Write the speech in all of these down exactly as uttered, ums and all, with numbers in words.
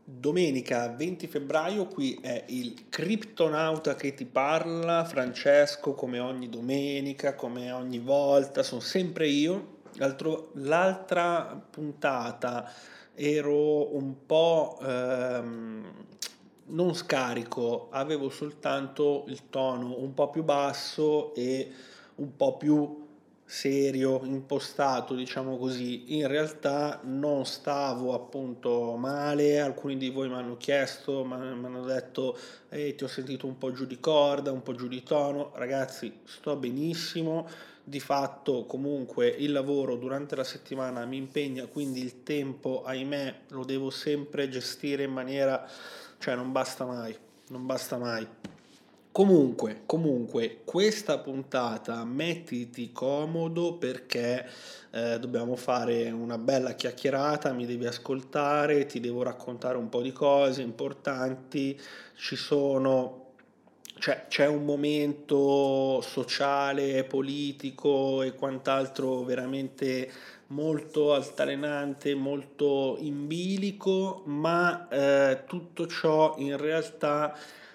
Domenica venti febbraio, qui è il criptonauta che ti parla, Francesco, come ogni domenica, come ogni volta, sono sempre io. L'altro- l'altra puntata ero un po' ehm, non scarico, avevo soltanto il tono un po' più basso e un po' più serio, impostato, diciamo così. In realtà non stavo appunto male, alcuni di voi mi hanno chiesto, mi hanno detto, "Ehi, ti ho sentito un po' giù di corda, un po' giù di tono". Ragazzi, sto benissimo. Di fatto comunque il lavoro durante la settimana mi impegna, quindi il tempo, ahimè, lo devo sempre gestire in maniera, cioè non basta mai, non basta mai. Comunque, comunque, questa puntata mettiti comodo perché eh, dobbiamo fare una bella chiacchierata, mi devi ascoltare, ti devo raccontare un po' di cose importanti, ci sono, cioè, c'è un momento sociale, politico e quant'altro veramente molto altalenante, molto in bilico, ma eh, tutto ciò in realtà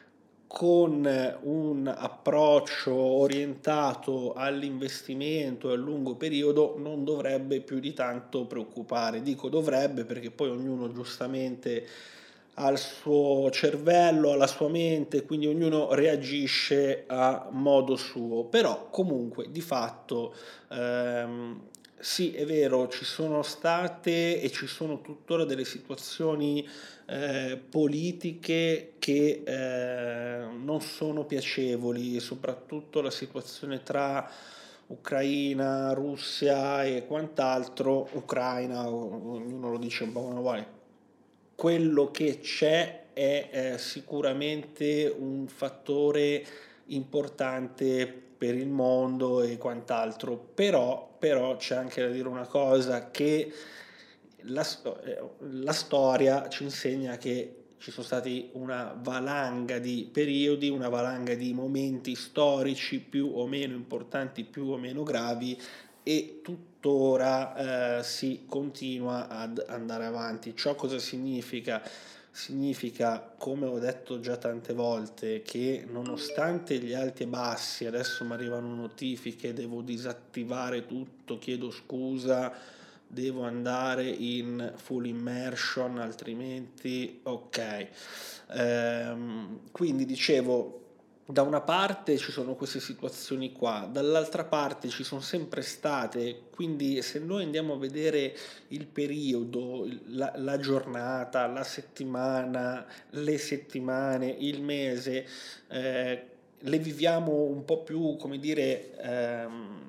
con un approccio orientato all'investimento e al lungo periodo non dovrebbe più di tanto preoccupare. Dico dovrebbe perché poi ognuno giustamente ha il suo cervello, ha la sua mente, quindi ognuno reagisce a modo suo. Però comunque di fatto ehm, sì, è vero, ci sono state e ci sono tuttora delle situazioni eh, politiche che eh, non sono piacevoli, soprattutto la situazione tra Ucraina, Russia e quant'altro, Ucraina, ognuno lo dice un po' come vuole. Quello che c'è è eh, sicuramente un fattore importante per il mondo e quant'altro, però, però c'è anche da dire una cosa che la, eh, la storia ci insegna che ci sono stati una valanga di periodi, una valanga di momenti storici più o meno importanti, più o meno gravi e tuttora eh, si continua ad andare avanti. Ciò cosa significa? Significa, come ho detto già tante volte, che nonostante gli alti e bassi, adesso mi arrivano notifiche, devo disattivare tutto, chiedo scusa, devo andare in full immersion, altrimenti ok. Ehm, quindi dicevo, da una parte ci sono queste situazioni qua, dall'altra parte ci sono sempre state, quindi se noi andiamo a vedere il periodo, la, la giornata, la settimana, le settimane, il mese, eh, le viviamo un po' più, come dire, ehm,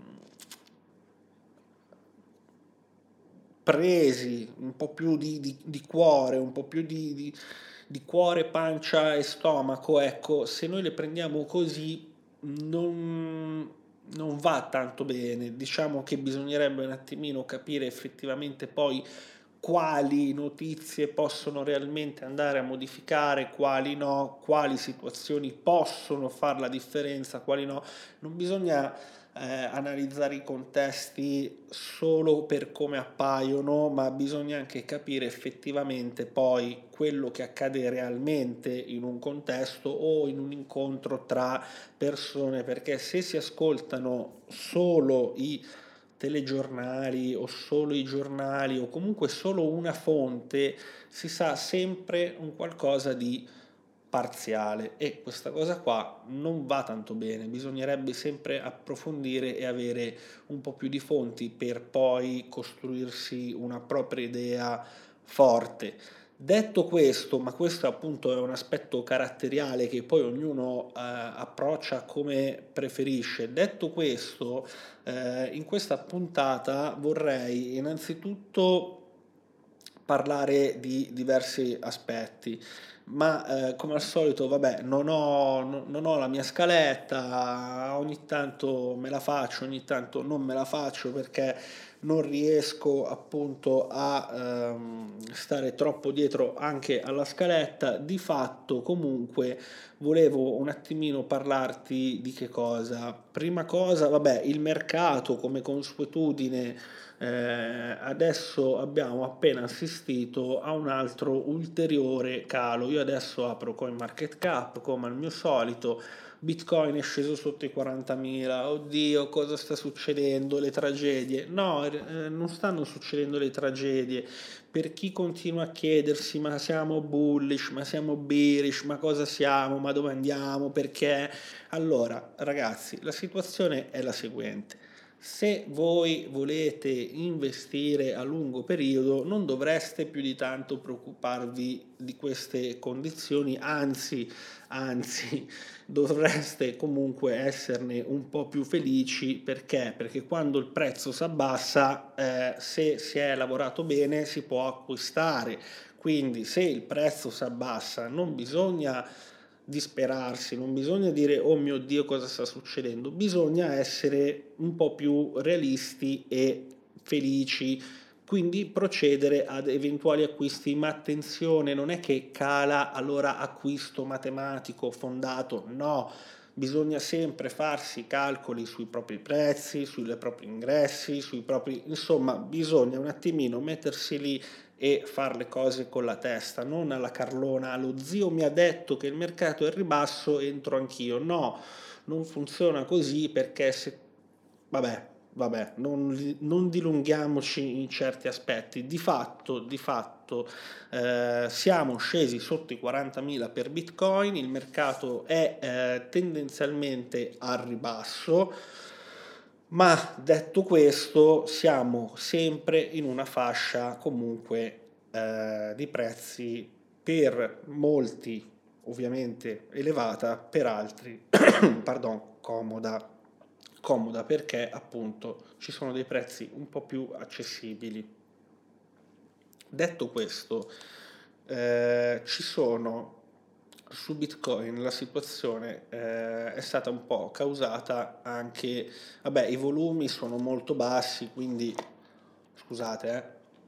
presi, un po' più di, di- di cuore, un po' più di, di- di cuore, pancia e stomaco, ecco, se noi le prendiamo così non, non va tanto bene. Diciamo che bisognerebbe un attimino capire effettivamente poi quali notizie possono realmente andare a modificare, quali no, quali situazioni possono fare la differenza, quali no. Non bisogna eh, analizzare i contesti solo per come appaiono, ma bisogna anche capire effettivamente poi quello che accade realmente in un contesto o in un incontro tra persone, perché se si ascoltano solo i telegiornali o solo i giornali o comunque solo una fonte, si sa sempre un qualcosa di parziale e questa cosa qua non va tanto bene, bisognerebbe sempre approfondire e avere un po' più di fonti per poi costruirsi una propria idea forte. Detto questo, ma questo appunto è un aspetto caratteriale che poi ognuno eh, approccia come preferisce. Detto questo, eh, in questa puntata vorrei innanzitutto parlare di diversi aspetti, ma eh, come al solito, vabbè, non ho, no- non ho la mia scaletta, ogni tanto me la faccio, ogni tanto non me la faccio perché non riesco appunto a ehm, stare troppo dietro anche alla scaletta. Di fatto, comunque, volevo un attimino parlarti di che cosa. Prima cosa, vabbè, il mercato come consuetudine eh, adesso abbiamo appena assistito a un altro ulteriore calo. Io adesso apro CoinMarketCap come al mio solito. Bitcoin è sceso sotto i quarantamila, oddio, cosa sta succedendo? Le tragedie? No, eh, non stanno succedendo le tragedie. Per chi continua a chiedersi ma siamo bullish, ma siamo bearish, ma cosa siamo, ma dove andiamo, perché? Allora, ragazzi, la situazione è la seguente. Se voi volete investire a lungo periodo non dovreste più di tanto preoccuparvi di queste condizioni, anzi, anzi, dovreste comunque esserne un po' più felici. Perché? Perché quando il prezzo si abbassa, eh, se si è lavorato bene si può acquistare. Quindi se il prezzo si abbassa non bisogna disperarsi, non bisogna dire oh mio Dio cosa sta succedendo, bisogna essere un po' più realisti e felici, quindi procedere ad eventuali acquisti, ma attenzione, non è che cala allora acquisto matematico fondato, no, bisogna sempre farsi i calcoli sui propri prezzi, sui propri ingressi, sui propri, insomma, bisogna un attimino mettersi lì e fare le cose con la testa, non alla carlona, lo zio mi ha detto che il mercato è in ribasso, entro anch'io. No, non funziona così, perché se... Vabbè, vabbè, non, non dilunghiamoci in certi aspetti. Di fatto, di fatto eh, siamo scesi sotto i quarantamila per Bitcoin, il mercato è eh, tendenzialmente al ribasso. Ma detto questo, siamo sempre in una fascia comunque eh, di prezzi per molti ovviamente elevata, per altri pardon, comoda. Comoda perché appunto ci sono dei prezzi un po' più accessibili. Detto questo, eh, ci sono su Bitcoin la situazione eh, è stata un po' causata anche, vabbè, i volumi sono molto bassi, quindi scusate, eh,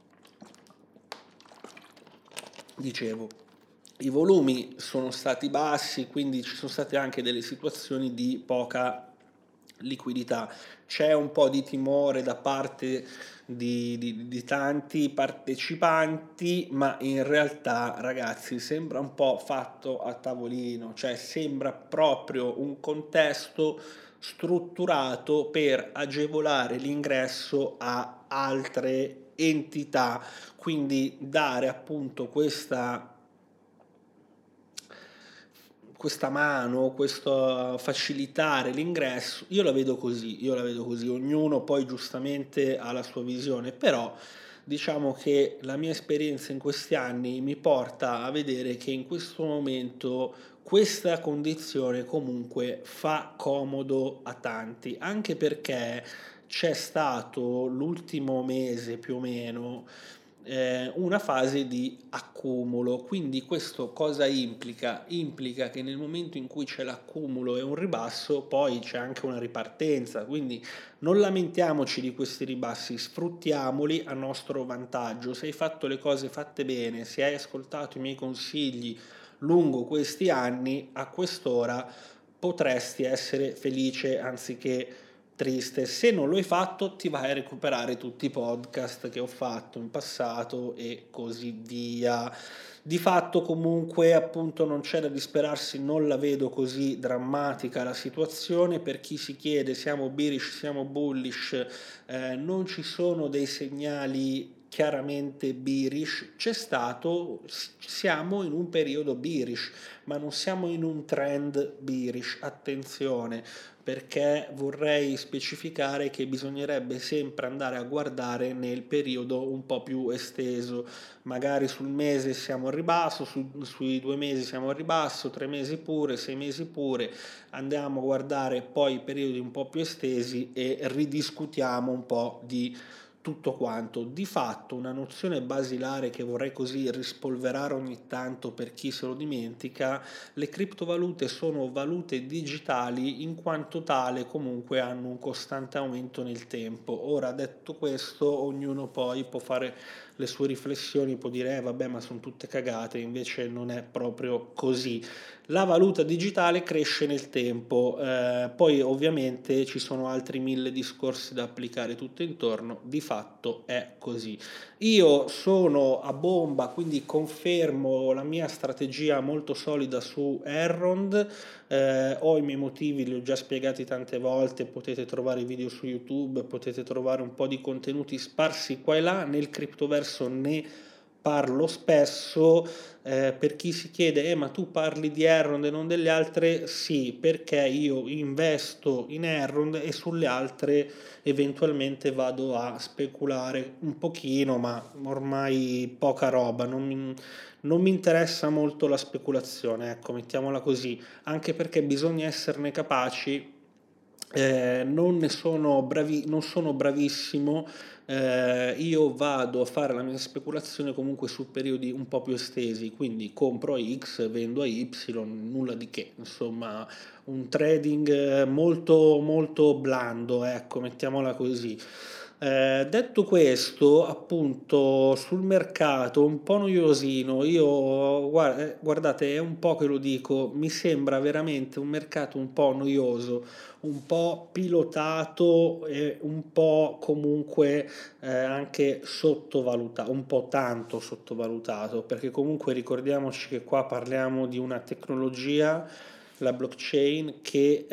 dicevo, i volumi sono stati bassi, quindi ci sono state anche delle situazioni di poca liquidità. C'è un po' di timore da parte di, di, di tanti partecipanti, ma in realtà, ragazzi, sembra un po' fatto a tavolino, cioè sembra proprio un contesto strutturato per agevolare l'ingresso a altre entità, quindi dare appunto questa questa mano, questo facilitare l'ingresso, io la vedo così, io la vedo così, ognuno poi giustamente ha la sua visione, però diciamo che la mia esperienza in questi anni mi porta a vedere che in questo momento questa condizione comunque fa comodo a tanti, anche perché c'è stato l'ultimo mese più o meno eh, una fase di accumulo. Quindi questo cosa implica? Implica che nel momento in cui c'è l'accumulo e un ribasso, poi c'è anche una ripartenza. Quindi non lamentiamoci di questi ribassi, sfruttiamoli a nostro vantaggio. Se hai fatto le cose fatte bene, se hai ascoltato i miei consigli lungo questi anni, a quest'ora potresti essere felice anziché triste. Se non lo hai fatto, ti vai a recuperare tutti i podcast che ho fatto in passato e così via. Di fatto comunque appunto non c'è da disperarsi, non la vedo così drammatica la situazione. Per chi si chiede siamo bearish, siamo bullish, eh, non ci sono dei segnali chiaramente bearish, c'è stato, siamo in un periodo bearish, ma non siamo in un trend bearish, attenzione, perché vorrei specificare che bisognerebbe sempre andare a guardare nel periodo un po' più esteso, magari sul mese siamo al ribasso, su, sui due mesi siamo al ribasso, tre mesi pure, sei mesi pure, andiamo a guardare poi i periodi un po' più estesi e ridiscutiamo un po' di tutto quanto. Di fatto una nozione basilare che vorrei così rispolverare ogni tanto per chi se lo dimentica: le criptovalute sono valute digitali, in quanto tale comunque hanno un costante aumento nel tempo. Ora, detto questo, ognuno poi può fare le sue riflessioni può dire eh, vabbè, ma sono tutte cagate, invece non è proprio così. La valuta digitale cresce nel tempo, eh, poi ovviamente ci sono altri mille discorsi da applicare tutto intorno, di fatto è così. Io sono a bomba, quindi confermo la mia strategia molto solida su Elrond, eh, ho i miei motivi, li ho già spiegati tante volte, potete trovare i video su YouTube, potete trovare un po' di contenuti sparsi qua e là, nel criptoverso ne parlo spesso. Eh, per chi si chiede, eh, ma tu parli di Elrond e non delle altre? Sì, perché io investo in Elrond e sulle altre eventualmente vado a speculare un pochino, ma ormai poca roba, non mi, non mi interessa molto la speculazione, ecco, mettiamola così, anche perché bisogna esserne capaci. Eh, non ne sono bravi, non sono bravissimo, eh, io vado a fare la mia speculazione comunque su periodi un po' più estesi, quindi compro a X, vendo a Y, nulla di che, insomma, un trading eh, molto molto blando, ecco, mettiamola così. Eh, detto questo, appunto, sul mercato un po' noiosino, io guarda- eh, guardate, è un po' che lo dico, mi sembra veramente un mercato un po' noioso, un po' pilotato e un po' comunque eh, anche sottovalutato, un po' tanto sottovalutato, perché comunque ricordiamoci che qua parliamo di una tecnologia, la blockchain, che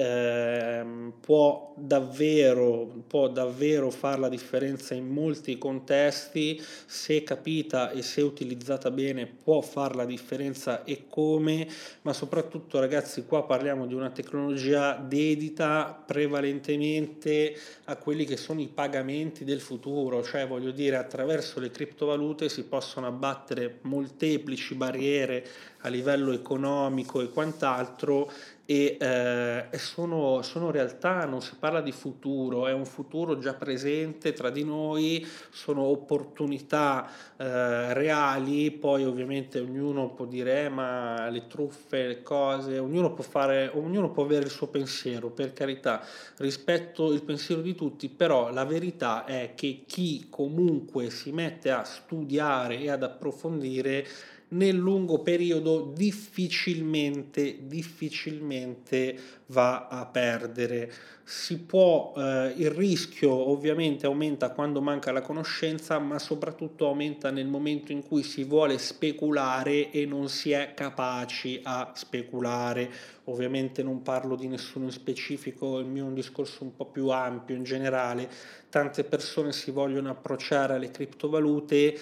ehm, può davvero, può davvero fare la differenza in molti contesti, se capita e se utilizzata bene può fare la differenza e come, ma soprattutto ragazzi qua parliamo di una tecnologia dedita prevalentemente a quelli che sono i pagamenti del futuro, cioè voglio dire attraverso le criptovalute si possono abbattere molteplici barriere a livello economico e quant'altro e, eh, e sono, sono realtà, non si parla di futuro, è un futuro già presente tra di noi, sono opportunità eh, reali, poi ovviamente ognuno può dire eh, ma le truffe, le cose, ognuno può fare, ognuno può avere il suo pensiero, per carità, rispetto il pensiero di tutti, però la verità è che chi comunque si mette a studiare e ad approfondire nel lungo periodo difficilmente, difficilmente va a perdere. Si può, eh, il rischio ovviamente aumenta quando manca la conoscenza, ma soprattutto aumenta nel momento in cui si vuole speculare e non si è capaci a speculare. Ovviamente non parlo di nessuno in specifico, il mio è un discorso un po' più ampio in generale. Tante persone si vogliono approcciare alle criptovalute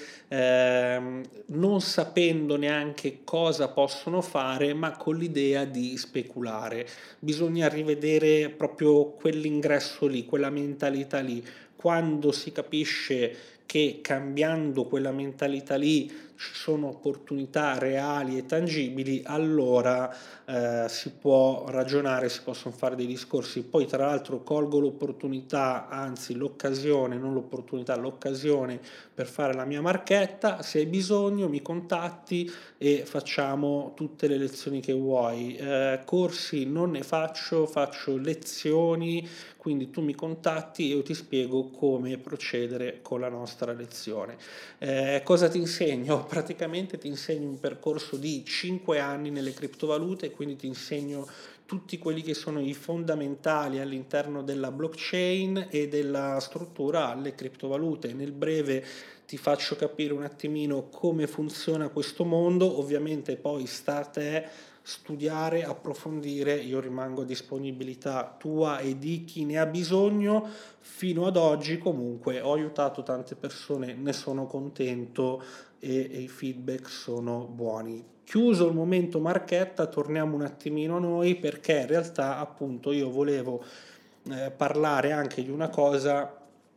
ehm, non sapendo neanche cosa possono fare, ma con l'idea di speculare. Bisogna rivedere proprio quell'ingresso lì, quella mentalità lì. Quando si capisce che cambiando quella mentalità lì ci sono opportunità reali e tangibili, allora eh, si può ragionare, si possono fare dei discorsi. Poi tra l'altro colgo l'opportunità, anzi l'occasione, non l'opportunità, l'occasione per fare la mia marchetta, se hai bisogno mi contatti e facciamo tutte le lezioni che vuoi. Eh, corsi non ne faccio, faccio lezioni, quindi tu mi contatti e io ti spiego come procedere con la nostra lezione. Eh, cosa ti insegno? Praticamente ti insegno un percorso di cinque anni nelle criptovalute, quindi ti insegno tutti quelli che sono i fondamentali all'interno della blockchain e della struttura alle criptovalute. Nel breve ti faccio capire un attimino come funziona questo mondo, ovviamente poi sta a te studiare, approfondire, io rimango a disponibilità tua e di chi ne ha bisogno. Fino ad oggi comunque ho aiutato tante persone, ne sono contento e, e i feedback sono buoni. Chiuso il momento marchetta, torniamo un attimino a noi perché in realtà appunto io volevo eh, parlare anche di una cosa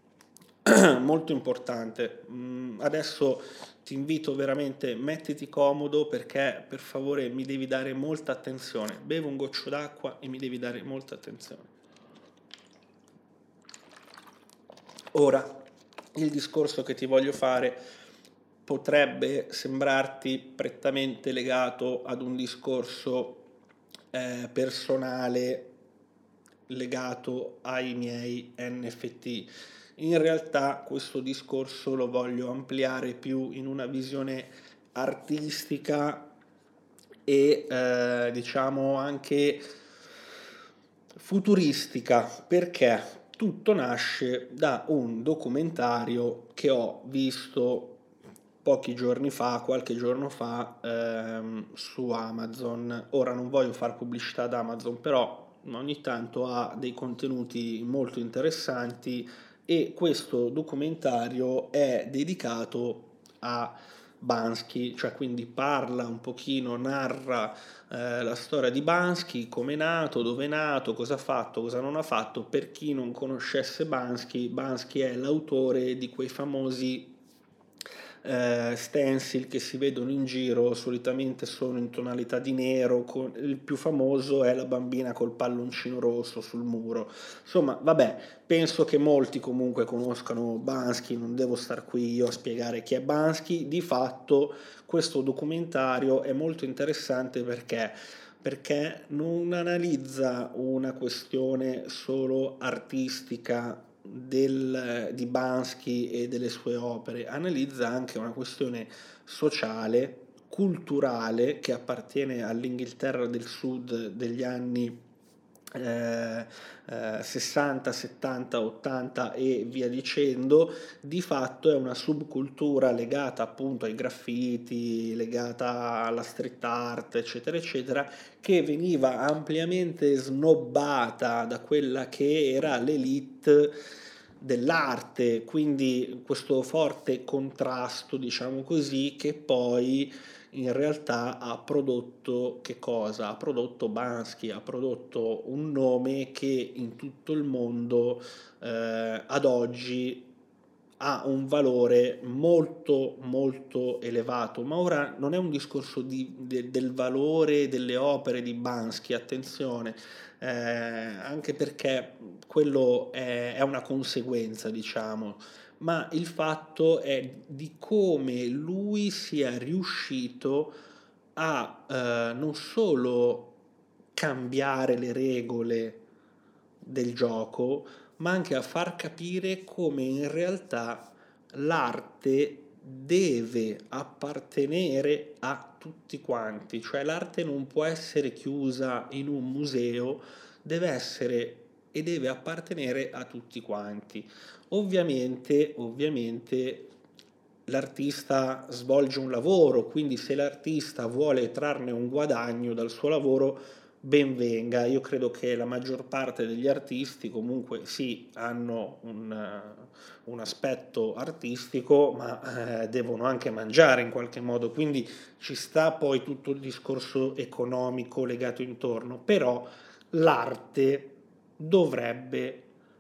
molto importante. Mm, adesso ti invito veramente, mettiti comodo perché per favore mi devi dare molta attenzione. Bevo un goccio d'acqua e mi devi dare molta attenzione. Ora, il discorso che ti voglio fare potrebbe sembrarti prettamente legato ad un discorso eh, personale legato ai miei N F T. In realtà questo discorso lo voglio ampliare più in una visione artistica e eh, diciamo anche futuristica, perché tutto nasce da un documentario che ho visto pochi giorni fa, qualche giorno fa, ehm, su Amazon. Ora non voglio fare pubblicità ad Amazon, però ogni tanto ha dei contenuti molto interessanti e questo documentario è dedicato a Bansky, cioè quindi parla un pochino, narra eh, la storia di Bansky, come è nato, dove è nato, cosa ha fatto, cosa non ha fatto. Per chi non conoscesse Bansky, Bansky è l'autore di quei famosi eh, stencil che si vedono in giro, solitamente sono in tonalità di nero, con, il più famoso è la bambina col palloncino rosso sul muro. Insomma, vabbè, penso che molti comunque conoscano Bansky, non devo star qui io a spiegare chi è Bansky. Di fatto questo documentario è molto interessante perché perché non analizza una questione solo artistica del, di Bansky e delle sue opere, analizza anche una questione sociale, culturale, che appartiene all'Inghilterra del Sud degli anni eh, eh, sessanta, settanta, ottanta e via dicendo. Di fatto è una subcultura legata appunto ai graffiti, legata alla street art, eccetera, eccetera, che veniva ampiamente snobbata da quella che era l'elite dell'arte, quindi questo forte contrasto, diciamo così, che poi in realtà ha prodotto che cosa? Ha prodotto Bansky, ha prodotto un nome che in tutto il mondo eh, ad oggi ha un valore molto molto elevato, ma ora non è un discorso di, de, del valore delle opere di Bansky, attenzione, eh, anche perché quello è, è una conseguenza, diciamo, ma il fatto è di come lui sia riuscito a eh, non solo cambiare le regole del gioco, ma anche a far capire come in realtà l'arte deve appartenere a tutti quanti, cioè l'arte non può essere chiusa in un museo, deve essere e deve appartenere a tutti quanti. Ovviamente, ovviamente l'artista svolge un lavoro, quindi se l'artista vuole trarne un guadagno dal suo lavoro, ben venga. Io credo che la maggior parte degli artisti comunque sì, hanno un, uh, un aspetto artistico, ma eh, devono anche mangiare in qualche modo, quindi ci sta poi tutto il discorso economico legato intorno, però l'arte dovrebbe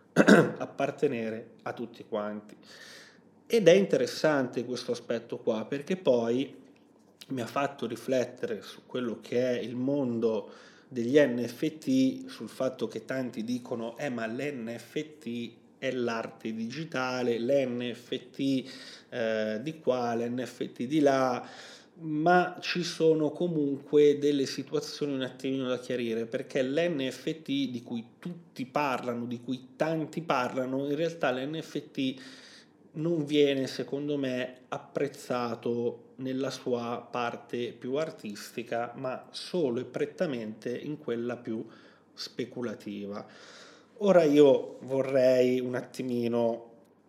appartenere a tutti quanti. Ed è interessante questo aspetto qua, perché poi mi ha fatto riflettere su quello che è il mondo degli N F T, sul fatto che tanti dicono eh ma l'N F T è l'arte digitale, l'N F T eh, di qua, l'N F T di là, ma ci sono comunque delle situazioni un attimino da chiarire, perché l'N F T di cui tutti parlano, di cui tanti parlano, in realtà l'N F T non viene, secondo me, apprezzato nella sua parte più artistica, ma solo e prettamente in quella più speculativa. Ora io vorrei un attimino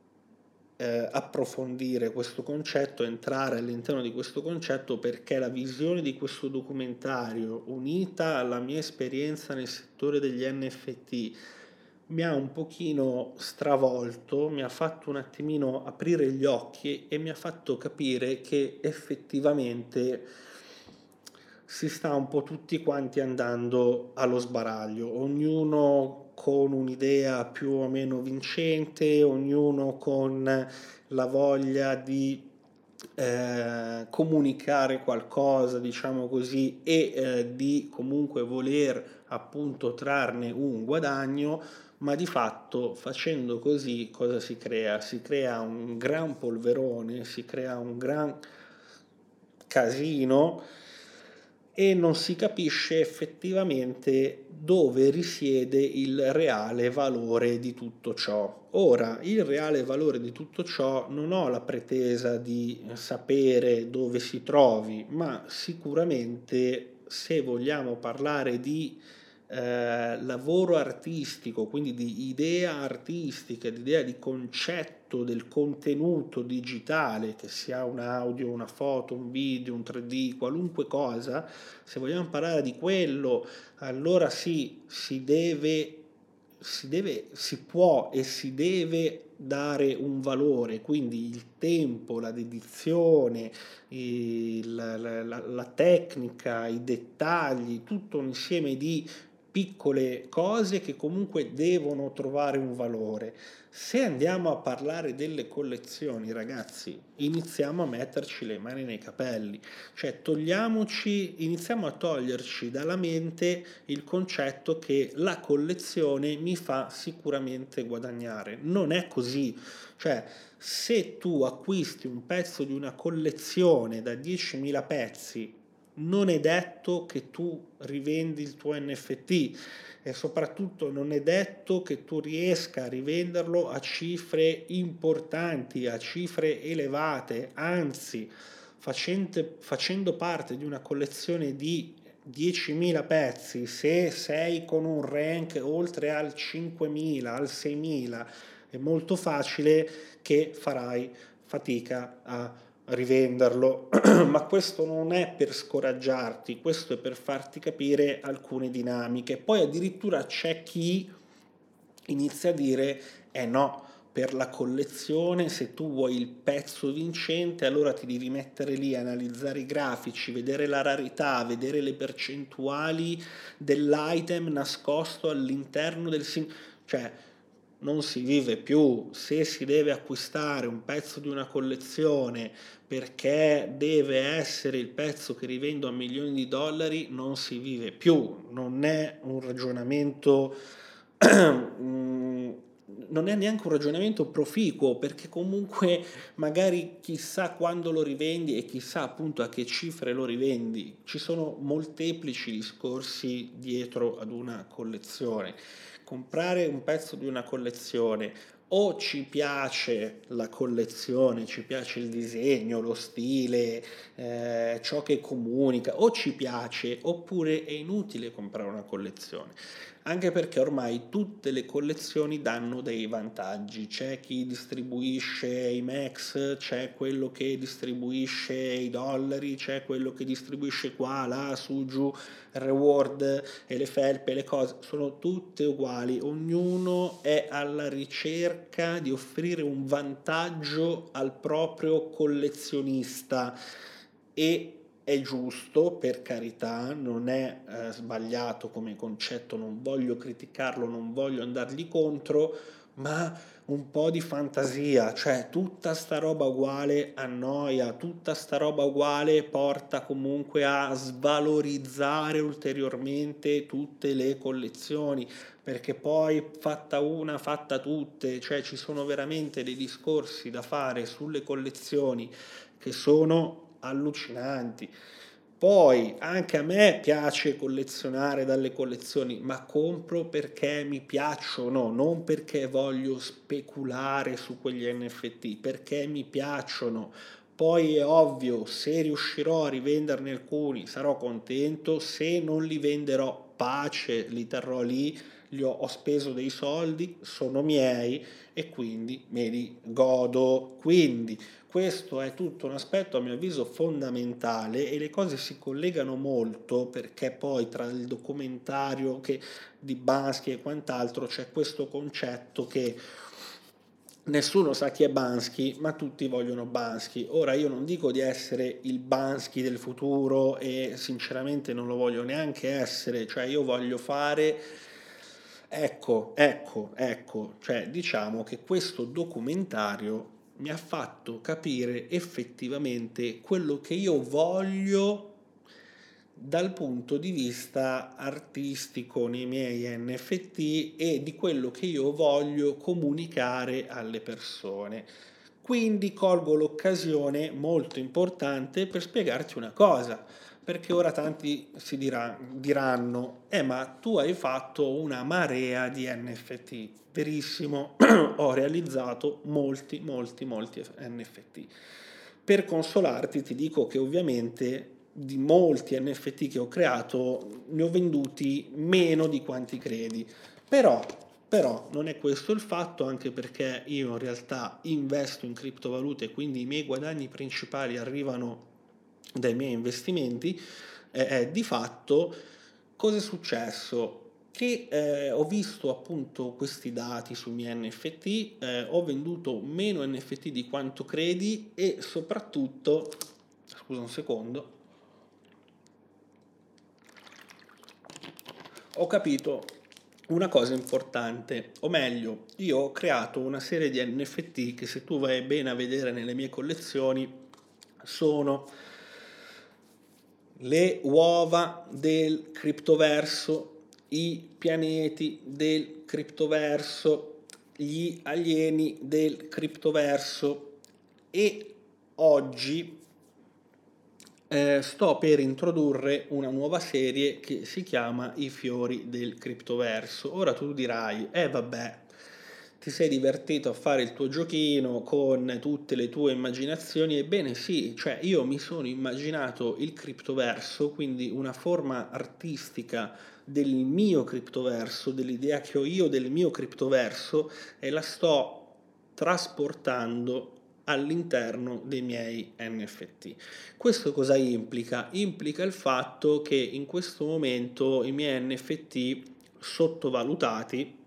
eh, approfondire questo concetto, entrare all'interno di questo concetto, perché la visione di questo documentario, unita alla mia esperienza nel settore degli N F T, mi ha un pochino stravolto, mi ha fatto un attimino aprire gli occhi e mi ha fatto capire che effettivamente si sta un po' tutti quanti andando allo sbaraglio, ognuno con un'idea più o meno vincente, ognuno con la voglia di eh, comunicare qualcosa, diciamo così, e eh, di comunque voler appunto trarne un guadagno, ma di fatto facendo così cosa si crea? Si crea un gran polverone, si crea un gran casino e non si capisce effettivamente dove risiede il reale valore di tutto ciò. Ora, il reale valore di tutto ciò non ho la pretesa di sapere dove si trovi, ma sicuramente se vogliamo parlare di eh, lavoro artistico, quindi di idea artistica, di idea di concetto del contenuto digitale, che sia un audio, una foto, un video, un tre D, qualunque cosa, se vogliamo parlare di quello, allora sì, si deve, si deve, si può e si deve dare un valore, quindi il tempo, la dedizione, il- la, la- la- la tecnica, i dettagli, tutto un insieme di piccole cose che comunque devono trovare un valore. Se andiamo a parlare delle collezioni, ragazzi, iniziamo a metterci le mani nei capelli, cioè togliamoci, iniziamo a toglierci dalla mente il concetto che la collezione mi fa sicuramente guadagnare. Non è così, cioè se tu acquisti un pezzo di una collezione da diecimila pezzi, non è detto che tu rivendi il tuo N F T e soprattutto non è detto che tu riesca a rivenderlo a cifre importanti, a cifre elevate, anzi, facente, facendo parte di una collezione di diecimila pezzi, se sei con un rank oltre al cinquemila, al seimila, è molto facile che farai fatica a rivenderlo, ma questo non è per scoraggiarti, questo è per farti capire alcune dinamiche. Poi addirittura c'è chi inizia a dire, eh no, per la collezione, se tu vuoi il pezzo vincente, allora ti devi mettere lì, analizzare i grafici, vedere la rarità, vedere le percentuali dell'item nascosto all'interno del sim... Cioè, non si vive più. Se si deve acquistare un pezzo di una collezione perché deve essere il pezzo che rivendo a milioni di dollari, non si vive più. Non è un ragionamento non è neanche un ragionamento proficuo, perché comunque magari chissà quando lo rivendi e chissà appunto a che cifre lo rivendi. Ci sono molteplici discorsi dietro ad una collezione. Comprare un pezzo di una collezione, o ci piace la collezione, ci piace il disegno, lo stile, eh, ciò che comunica, o ci piace, oppure è inutile comprare una collezione. Anche perché ormai tutte le collezioni danno dei vantaggi. C'è chi distribuisce i max, c'è quello che distribuisce i dollari, c'è quello che distribuisce qua, là, su, giù, reward e le felpe, le cose sono tutte uguali. Ognuno è alla ricerca di offrire un vantaggio al proprio collezionista e è giusto, per carità, non è eh, sbagliato come concetto, non voglio criticarlo, non voglio andargli contro, ma un po' di fantasia, cioè tutta sta roba uguale annoia, tutta sta roba uguale porta comunque a svalorizzare ulteriormente tutte le collezioni, perché poi fatta una, fatta tutte, cioè ci sono veramente dei discorsi da fare sulle collezioni che sono allucinanti. Poi anche a me piace collezionare dalle collezioni, ma compro perché mi piacciono, non perché voglio speculare su quegli N F T, perché mi piacciono. Poi è ovvio, se riuscirò a rivenderne alcuni sarò contento, se non li venderò pace, li terrò lì, li ho, ho speso dei soldi, sono miei e quindi me li godo. Quindi questo è tutto un aspetto a mio avviso fondamentale e le cose si collegano molto perché poi tra il documentario che, di Bansky e quant'altro c'è questo concetto che nessuno sa chi è Bansky, ma tutti vogliono Bansky. Ora io non dico di essere il Bansky del futuro e sinceramente non lo voglio neanche essere, cioè io voglio fare. Ecco, ecco, ecco, cioè diciamo che questo documentario mi ha fatto capire effettivamente quello che io voglio dal punto di vista artistico nei miei N F T e di quello che io voglio comunicare alle persone. Quindi colgo l'occasione molto importante per spiegarti una cosa. Perché ora tanti si dirà, diranno, eh ma tu hai fatto una marea di N F T. Verissimo, ho realizzato molti, molti, molti N F T. Per consolarti ti dico che ovviamente di molti N F T che ho creato ne ho venduti meno di quanti credi. Però, però non è questo il fatto, anche perché io in realtà investo in criptovalute, quindi i miei guadagni principali arrivano dai miei investimenti. Eh, eh, di fatto cosa è successo? Che eh, ho visto appunto questi dati sui miei N F T, eh, ho venduto meno N F T di quanto credi e soprattutto, scusa un secondo, ho capito una cosa importante, o meglio, io ho creato una serie di N F T che, se tu vai bene a vedere nelle mie collezioni, sono le uova del criptoverso, i pianeti del criptoverso, gli alieni del criptoverso, e oggi eh, sto per introdurre una nuova serie che si chiama I fiori del criptoverso. Ora tu dirai, eh vabbè, ti sei divertito a fare il tuo giochino con tutte le tue immaginazioni. Ebbene sì, cioè io mi sono immaginato il criptoverso, quindi una forma artistica del mio criptoverso, dell'idea che ho io del mio criptoverso, e la sto trasportando all'interno dei miei N F T. Questo cosa implica? Implica il fatto che in questo momento i miei N F T sottovalutati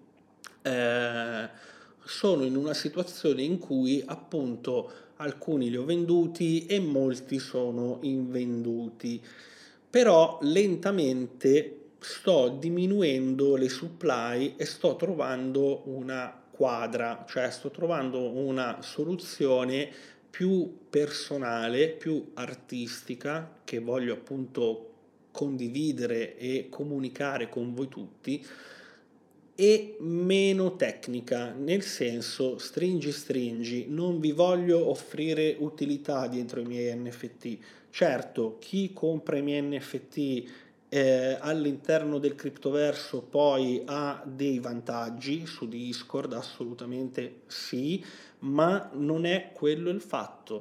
eh, sono in una situazione in cui appunto alcuni li ho venduti e molti sono invenduti, però lentamente sto diminuendo le supply e sto trovando una quadra, cioè sto trovando una soluzione più personale, più artistica, che voglio appunto condividere e comunicare con voi tutti, e meno tecnica, nel senso, stringi stringi, non vi voglio offrire utilità dietro i miei N F T. Certo, chi compra i miei N F T eh, all'interno del criptoverso poi ha dei vantaggi su Discord, assolutamente sì, ma non è quello il fatto.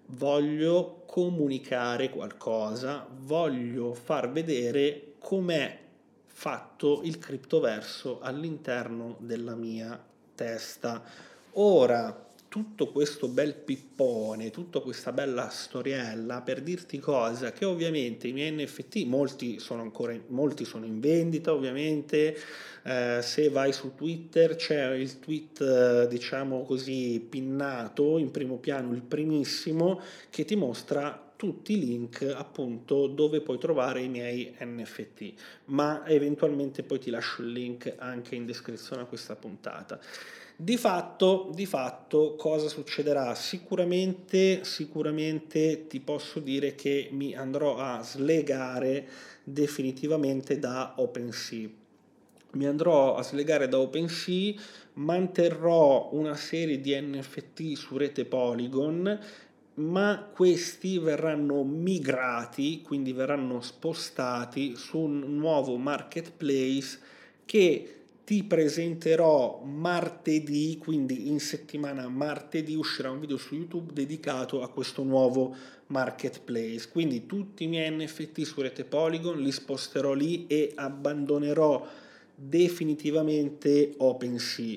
Voglio comunicare qualcosa, voglio far vedere com'è fatto il criptoverso all'interno della mia testa. Ora, tutto questo bel pippone, tutta questa bella storiella per dirti cosa, che ovviamente i miei N F T, molti sono ancora, molti sono in vendita ovviamente. Eh, se vai su Twitter c'è il tweet, eh, diciamo così, pinnato in primo piano, il primissimo, che ti mostra tutti i link appunto dove puoi trovare i miei N F T, ma eventualmente poi ti lascio il link anche in descrizione a questa puntata. Di fatto, di fatto cosa succederà? Sicuramente, sicuramente ti posso dire che mi andrò a slegare definitivamente da OpenSea. Mi andrò a slegare da OpenSea, manterrò una serie di N F T su rete Polygon, ma questi verranno migrati, quindi verranno spostati su un nuovo marketplace che ti presenterò martedì, quindi in settimana martedì uscirà un video su YouTube dedicato a questo nuovo marketplace. Quindi tutti i miei N F T su rete Polygon li sposterò lì e abbandonerò definitivamente OpenSea.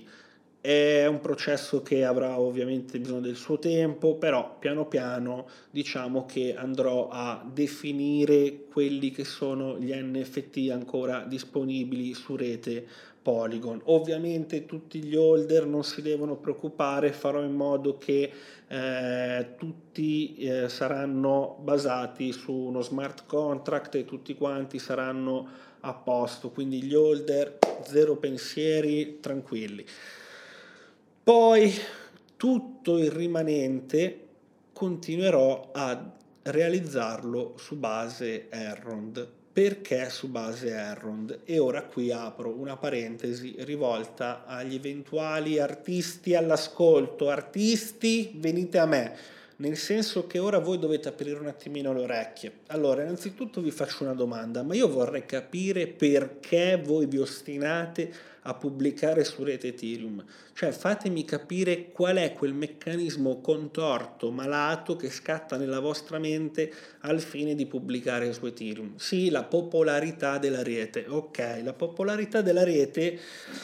È un processo che avrà ovviamente bisogno del suo tempo, però piano piano diciamo che andrò a definire quelli che sono gli N F T ancora disponibili su rete Polygon. Ovviamente tutti gli holder non si devono preoccupare, farò in modo che eh, tutti eh, saranno basati su uno smart contract e tutti quanti saranno a posto, quindi gli holder zero pensieri, tranquilli. Poi tutto il rimanente continuerò a realizzarlo su base Elrond. Perché su base Elrond? E ora qui apro una parentesi rivolta agli eventuali artisti all'ascolto. Artisti, venite a me. nel senso che ora voi dovete aprire un attimino le orecchie. Allora, innanzitutto vi faccio una domanda, ma io vorrei capire perché voi vi ostinate a pubblicare su rete Ethereum. Cioè, fatemi capire qual è quel meccanismo contorto, malato che scatta nella vostra mente al fine di pubblicare su Ethereum. Sì, la popolarità della rete. Ok, la popolarità della rete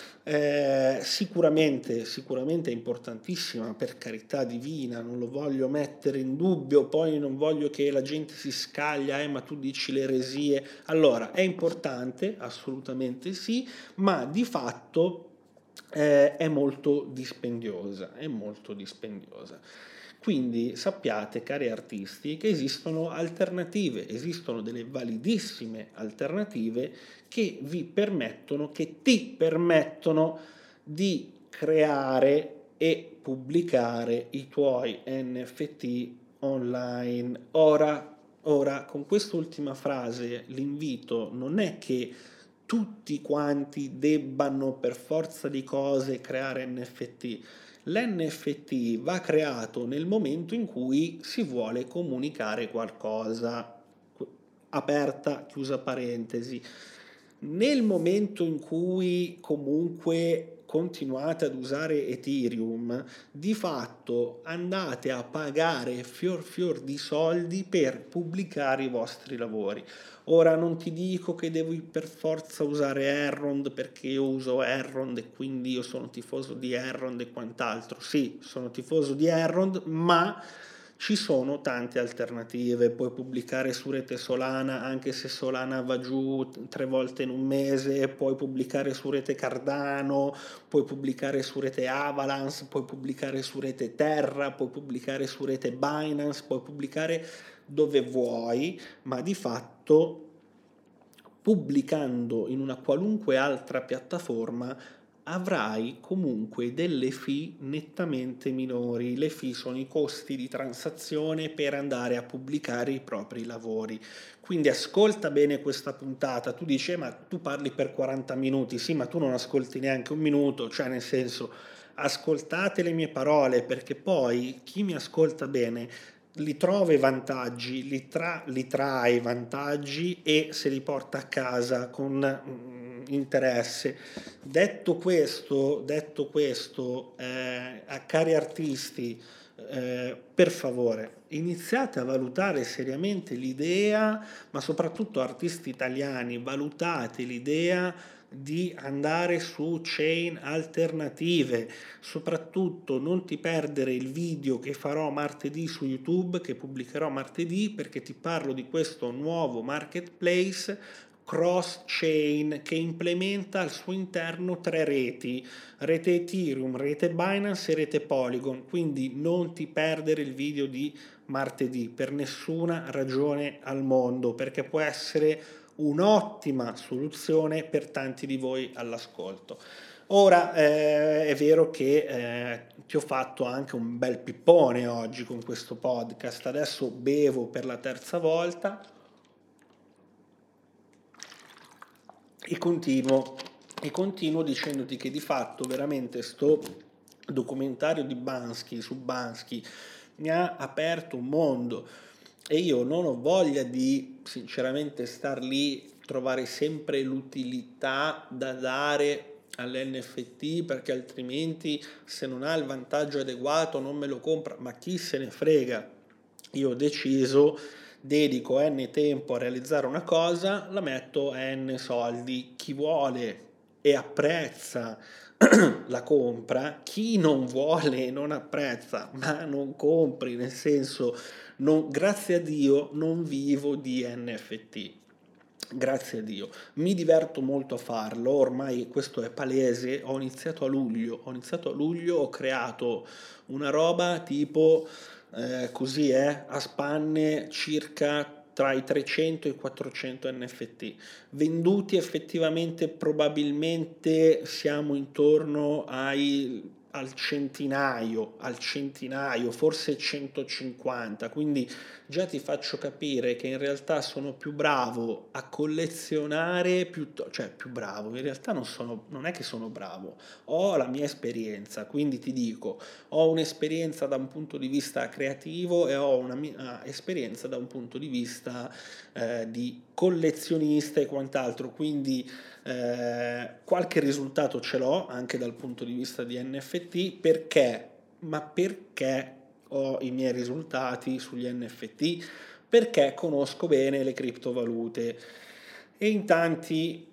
eh, sicuramente, sicuramente è importantissima, per carità divina, non lo voglio mettere in dubbio, poi non voglio che la gente si scaglia, eh, ma tu dici le eresie. Allora, è importante, assolutamente sì, ma di fatto eh, è molto dispendiosa, è molto dispendiosa. Quindi sappiate, cari artisti, che esistono alternative, esistono delle validissime alternative che vi permettono, che ti permettono di creare e pubblicare i tuoi N F T online. Ora, ora con quest'ultima frase l'invito non è che tutti quanti debbano per forza di cose creare N F T. L'N F T va creato nel momento in cui si vuole comunicare qualcosa. Aperta, chiusa parentesi. Nel momento in cui comunque continuate ad usare Ethereum, di fatto andate a pagare fior fior di soldi per pubblicare i vostri lavori. Ora non ti dico che devi per forza usare Elrond perché io uso Elrond e quindi io sono tifoso di Elrond e quant'altro. Sì, sono tifoso di Elrond, ma ci sono tante alternative. Puoi pubblicare su rete Solana anche se Solana va giù tre volte in un mese, puoi pubblicare su rete Cardano, puoi pubblicare su rete Avalanche, puoi pubblicare su rete Terra, puoi pubblicare su rete Binance, puoi pubblicare dove vuoi, ma di fatto pubblicando in una qualunque altra piattaforma avrai comunque delle fee nettamente minori. Le fee sono i costi di transazione per andare a pubblicare i propri lavori. Quindi ascolta bene questa puntata. Tu dici, eh, ma tu parli per quaranta minuti, sì, ma tu non ascolti neanche un minuto, cioè nel senso, ascoltate le mie parole, perché poi chi mi ascolta bene li trova i vantaggi, li, tra, li trae i vantaggi e se li porta a casa con mm, interesse. Detto questo, detto questo eh, a cari artisti, eh, per favore, iniziate a valutare seriamente l'idea, ma soprattutto artisti italiani, valutate l'idea di andare su chain alternative. Soprattutto non ti perdere il video che farò martedì su YouTube, che pubblicherò martedì, perché ti parlo di questo nuovo marketplace cross-chain che implementa al suo interno tre reti, rete Ethereum, rete Binance e rete Polygon. Quindi non ti perdere il video di martedì per nessuna ragione al mondo, perché può essere un'ottima soluzione per tanti di voi all'ascolto. Ora eh, è vero che eh, ti ho fatto anche un bel pippone oggi con questo podcast, adesso bevo per la terza volta e continuo, e continuo dicendoti che di fatto veramente sto documentario di Bansky su Bansky mi ha aperto un mondo e io non ho voglia di sinceramente star lì, trovare sempre l'utilità da dare all'N F T perché altrimenti se non ha il vantaggio adeguato non me lo compra, ma chi se ne frega. Io ho deciso, dedico N tempo a realizzare una cosa, la metto a N soldi, chi vuole e apprezza la compra, chi non vuole e non apprezza ma non compri, nel senso non, grazie a Dio non vivo di N F T. Grazie a Dio, mi diverto molto a farlo, ormai questo è palese, ho iniziato a luglio, ho iniziato a luglio, ho creato una roba tipo eh, così è, a spanne circa tra i trecento e i quattrocento N F T, venduti effettivamente probabilmente siamo intorno ai al centinaio, al centinaio, forse centocinquanta, quindi già ti faccio capire che in realtà sono più bravo a collezionare, piuttosto, cioè più bravo, in realtà non sono, non è che sono bravo, ho la mia esperienza, quindi ti dico, ho un'esperienza da un punto di vista creativo e ho una mia esperienza da un punto di vista eh, di collezionista e quant'altro, quindi eh, qualche risultato ce l'ho anche dal punto di vista di N F T, perché? Ma perché ho i miei risultati sugli N F T? Perché conosco bene le criptovalute e in tanti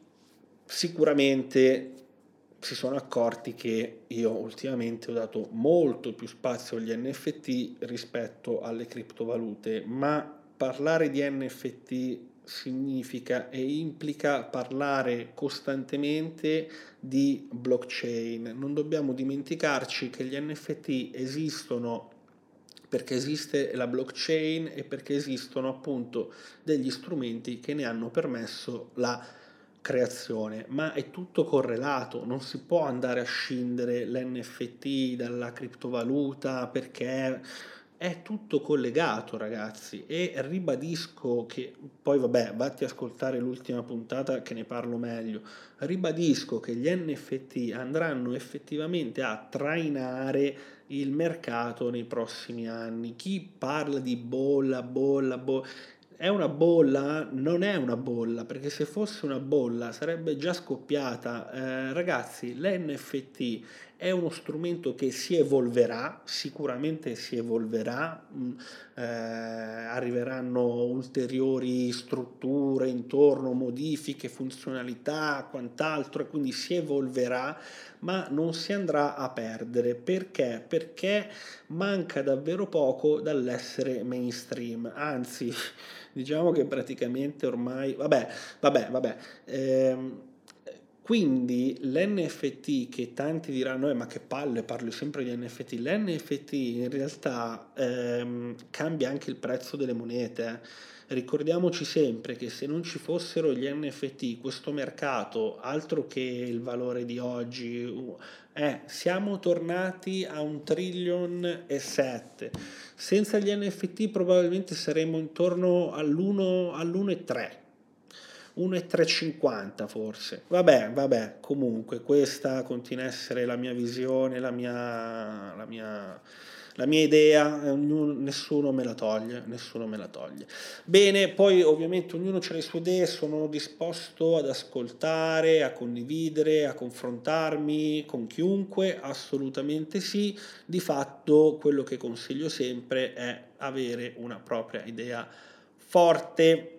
sicuramente si sono accorti che io ultimamente ho dato molto più spazio agli N F T rispetto alle criptovalute, ma parlare di N F T significa e implica parlare costantemente di blockchain. Non dobbiamo dimenticarci che gli N F T esistono perché esiste la blockchain e perché esistono appunto degli strumenti che ne hanno permesso la creazione, ma è tutto correlato, non si può andare a scindere l'N F T dalla criptovaluta perché è tutto collegato, ragazzi, e ribadisco che poi vabbè, vatti a ascoltare l'ultima puntata che ne parlo meglio. Ribadisco che gli N F T andranno effettivamente a trainare il mercato nei prossimi anni. Chi parla di bolla, bolla, bolla, è una bolla? Non è una bolla, perché se fosse una bolla sarebbe già scoppiata. Eh, ragazzi, l'N F T è uno strumento che si evolverà, sicuramente si evolverà, mh, eh, arriveranno ulteriori strutture intorno, modifiche, funzionalità, quant'altro, e quindi si evolverà, ma non si andrà a perdere. Perché? Perché manca davvero poco dall'essere mainstream, anzi, diciamo che praticamente ormai, vabbè, vabbè, vabbè, ehm, quindi l'N F T che tanti diranno, eh, ma che palle, parlo sempre di N F T, l'N F T in realtà ehm, cambia anche il prezzo delle monete. eh. Ricordiamoci sempre che se non ci fossero gli N F T, questo mercato, altro che il valore di oggi, uh, eh, siamo tornati a un trillion e sette. Senza gli N F T probabilmente saremmo intorno all'uno all'uno virgola tre. uno virgola trecentocinquanta forse. Vabbè, vabbè, comunque questa continua a essere la mia visione, la mia, la mia, la mia idea, ognuno, nessuno me la toglie, nessuno me la toglie. Bene, poi ovviamente ognuno ha le sue idee, sono disposto ad ascoltare, a condividere, a confrontarmi con chiunque, assolutamente sì. Di fatto quello che consiglio sempre è avere una propria idea forte.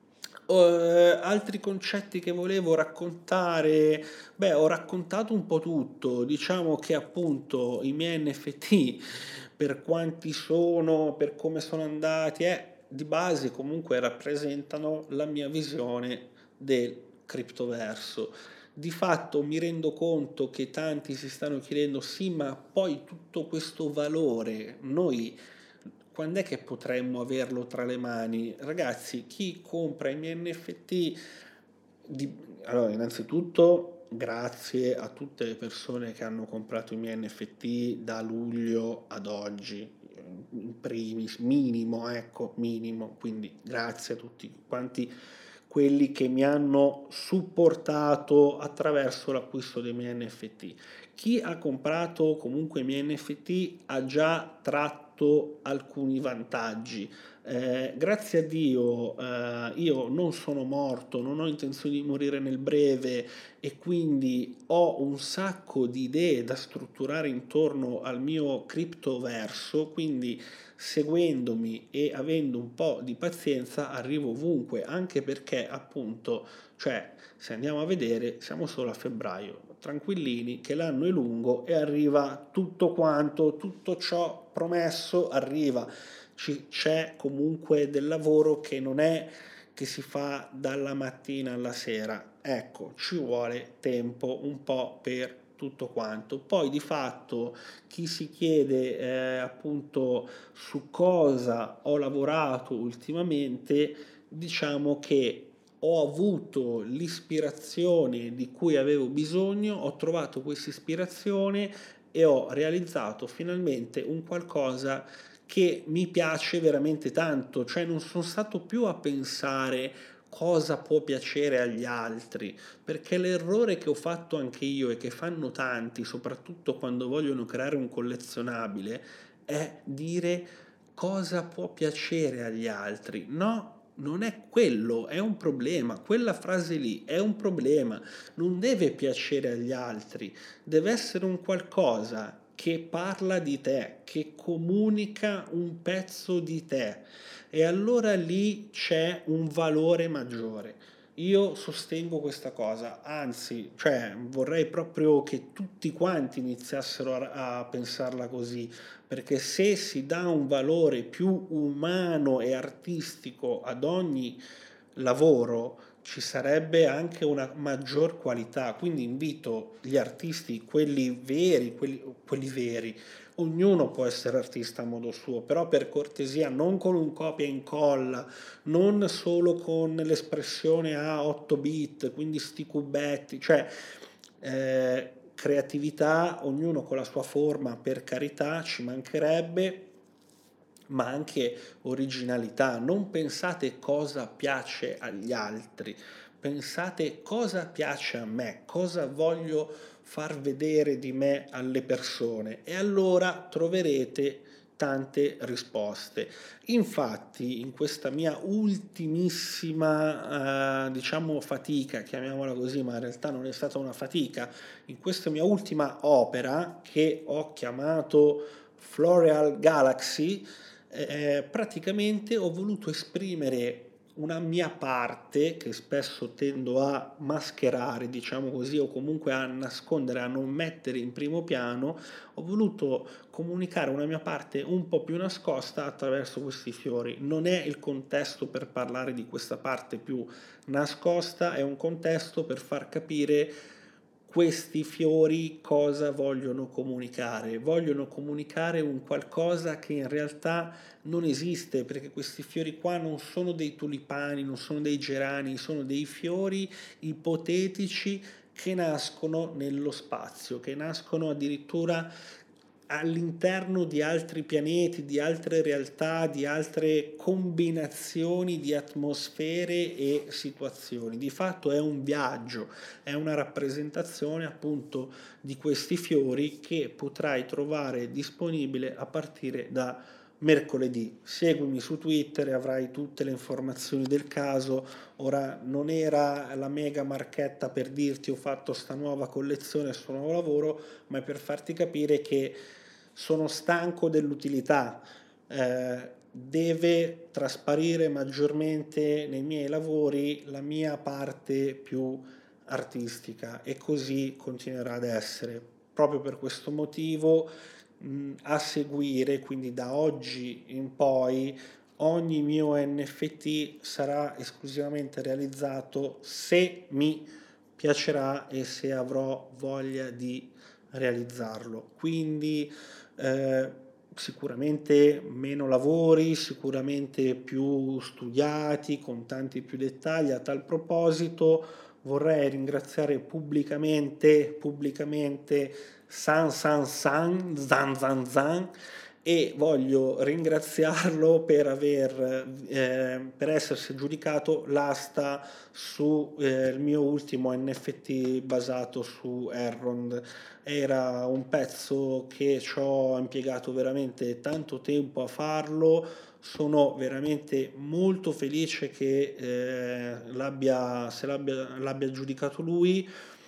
Uh, altri concetti che volevo raccontare, beh, ho raccontato un po' tutto, diciamo che appunto i miei N F T, per quanti sono, per come sono andati, eh, di base comunque rappresentano la mia visione del criptoverso. Di fatto mi rendo conto che tanti si stanno chiedendo, sì, ma poi tutto questo valore, noi quando è che potremmo averlo tra le mani? Ragazzi, chi compra i miei N F T, di... allora innanzitutto grazie a tutte le persone che hanno comprato i miei N F T da luglio ad oggi, in primis, minimo, ecco, minimo, quindi grazie a tutti quanti quelli che mi hanno supportato attraverso l'acquisto dei miei N F T. Chi ha comprato comunque i miei N F T ha già tratto alcuni vantaggi. Eh, grazie a Dio eh, io non sono morto, non ho intenzione di morire nel breve e quindi ho un sacco di idee da strutturare intorno al mio criptoverso, quindi seguendomi e avendo un po' di pazienza arrivo ovunque, anche perché appunto, cioè se andiamo a vedere siamo solo a febbraio, tranquillini che l'anno è lungo e arriva tutto quanto, tutto ciò promesso arriva. Ci, c'è comunque del lavoro che non è che si fa dalla mattina alla sera, ecco, ci vuole tempo un po' per tutto quanto. Poi di fatto chi si chiede eh, appunto su cosa ho lavorato ultimamente, diciamo che ho avuto l'ispirazione di cui avevo bisogno, ho trovato questa ispirazione e ho realizzato finalmente un qualcosa che mi piace veramente tanto, cioè non sono stato più a pensare cosa può piacere agli altri, perché l'errore che ho fatto anche io e che fanno tanti, soprattutto quando vogliono creare un collezionabile, è dire cosa può piacere agli altri. No, non è quello, è un problema. Quella frase lì è un problema, non deve piacere agli altri, deve essere un qualcosa che parla di te, che comunica un pezzo di te e allora lì c'è un valore maggiore. Io sostengo questa cosa, anzi, cioè vorrei proprio che tutti quanti iniziassero a, a pensarla così, perché se si dà un valore più umano e artistico ad ogni lavoro, ci sarebbe anche una maggior qualità. Quindi invito gli artisti, quelli veri, quelli, quelli veri, ognuno può essere artista a modo suo, però per cortesia non con un copia e incolla, non solo con l'espressione a otto bit, quindi sti cubetti, cioè eh, creatività, ognuno con la sua forma, per carità, ci mancherebbe, ma anche originalità. Non pensate cosa piace agli altri, pensate cosa piace a me, cosa voglio far vedere di me alle persone e allora troverete tante risposte. Infatti, in questa mia ultimissima, eh, diciamo, fatica, chiamiamola così, ma in realtà non è stata una fatica, in questa mia ultima opera che ho chiamato Floreal Galaxy, eh, praticamente ho voluto esprimere una mia parte che spesso tendo a mascherare, diciamo così, o comunque a nascondere, a non mettere in primo piano, ho voluto comunicare una mia parte un po' più nascosta attraverso questi fiori. Non è il contesto per parlare di questa parte più nascosta, è un contesto per far capire questi fiori cosa vogliono comunicare. Vogliono comunicare un qualcosa che in realtà non esiste, perché questi fiori qua non sono dei tulipani, non sono dei gerani, sono dei fiori ipotetici che nascono nello spazio, che nascono addirittura all'interno di altri pianeti, di altre realtà, di altre combinazioni di atmosfere e situazioni. Di fatto è un viaggio, è una rappresentazione appunto di questi fiori che potrai trovare disponibile a partire da mercoledì. Seguimi su Twitter e avrai tutte le informazioni del caso. Ora non era la mega marchetta per dirti ho fatto sta nuova collezione, sto nuovo lavoro, ma è per farti capire che sono stanco dell'utilità, eh, deve trasparire maggiormente nei miei lavori la mia parte più artistica e così continuerà ad essere. Proprio per questo motivo, mh, a seguire, quindi da oggi in poi, ogni mio N F T sarà esclusivamente realizzato se mi piacerà e se avrò voglia di realizzarlo. Quindi eh, sicuramente meno lavori, sicuramente più studiati, con tanti più dettagli. A tal proposito vorrei ringraziare pubblicamente, pubblicamente San San San, Zan Zan Zan, e voglio ringraziarlo per aver eh, per essersi aggiudicato l'asta su eh, il mio ultimo N F T basato su Errond. Era un pezzo che ci ho impiegato veramente tanto tempo a farlo, sono veramente molto felice che eh, l'abbia, se l'abbia, l'abbia giudicato lui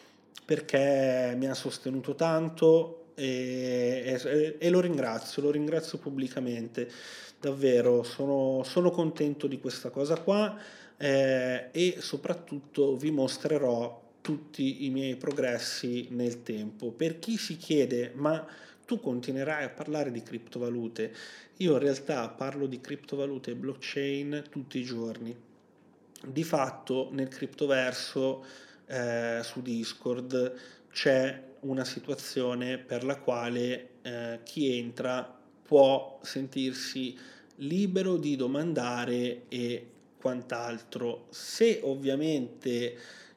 perché mi ha sostenuto tanto e, e- e lo ringrazio, lo ringrazio pubblicamente, davvero, sono, sono contento di questa cosa qua eh, e soprattutto vi mostrerò tutti i miei progressi nel tempo. Per chi si chiede, ma tu continuerai a parlare di criptovalute? Io in realtà parlo di criptovalute e blockchain tutti i giorni. Di fatto nel criptoverso eh, su Discord c'è una situazione per la quale eh, chi entra può sentirsi libero di domandare e quant'altro. Se ovviamente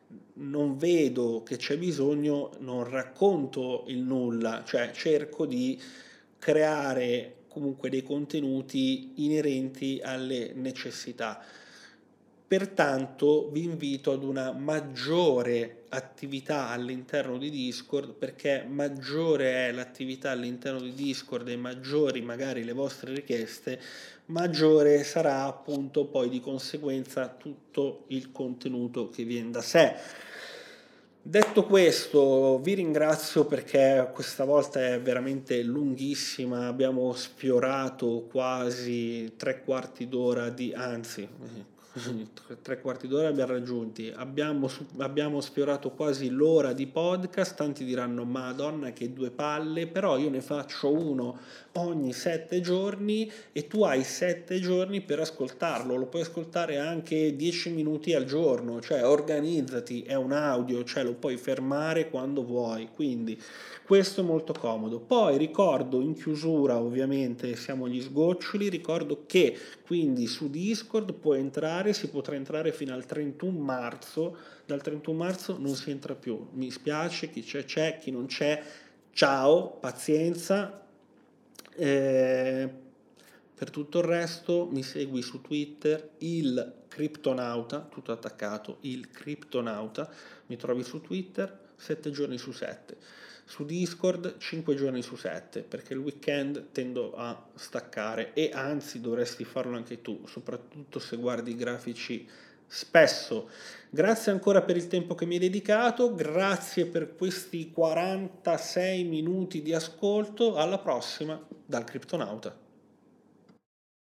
non vedo che c'è bisogno, non racconto il nulla, cioè cerco di creare comunque dei contenuti inerenti alle necessità. Pertanto vi invito ad una maggiore attività all'interno di Discord, perché maggiore è l'attività all'interno di Discord e maggiori magari le vostre richieste, maggiore sarà appunto poi di conseguenza tutto il contenuto che viene da sé. Detto questo, vi ringrazio perché questa volta è veramente lunghissima, abbiamo sfiorato quasi tre quarti d'ora di, anzi, tre quarti d'ora abbiamo raggiunti, abbiamo, abbiamo sfiorato quasi l'ora di podcast, tanti diranno Madonna che due palle, però io ne faccio uno ogni sette giorni e tu hai sette giorni per ascoltarlo, lo puoi ascoltare anche dieci minuti al giorno, cioè organizzati, è un audio, cioè lo puoi fermare quando vuoi, quindi questo è molto comodo. Poi ricordo in chiusura, ovviamente siamo agli sgoccioli, ricordo che quindi su Discord puoi entrare, si potrà entrare fino al trentuno marzo, dal trentuno marzo non si entra più, mi spiace, chi c'è c'è, chi non c'è, ciao, pazienza. Eh, per tutto il resto mi segui su Twitter, il Criptonauta, tutto attaccato, il Criptonauta, mi trovi su Twitter sette giorni su sette, su Discord cinque giorni su sette, perché il weekend tendo a staccare e anzi dovresti farlo anche tu, soprattutto se guardi i grafici spesso. Grazie ancora per il tempo che mi hai dedicato, grazie per questi quarantasei minuti di ascolto, alla prossima dal Criptonauta.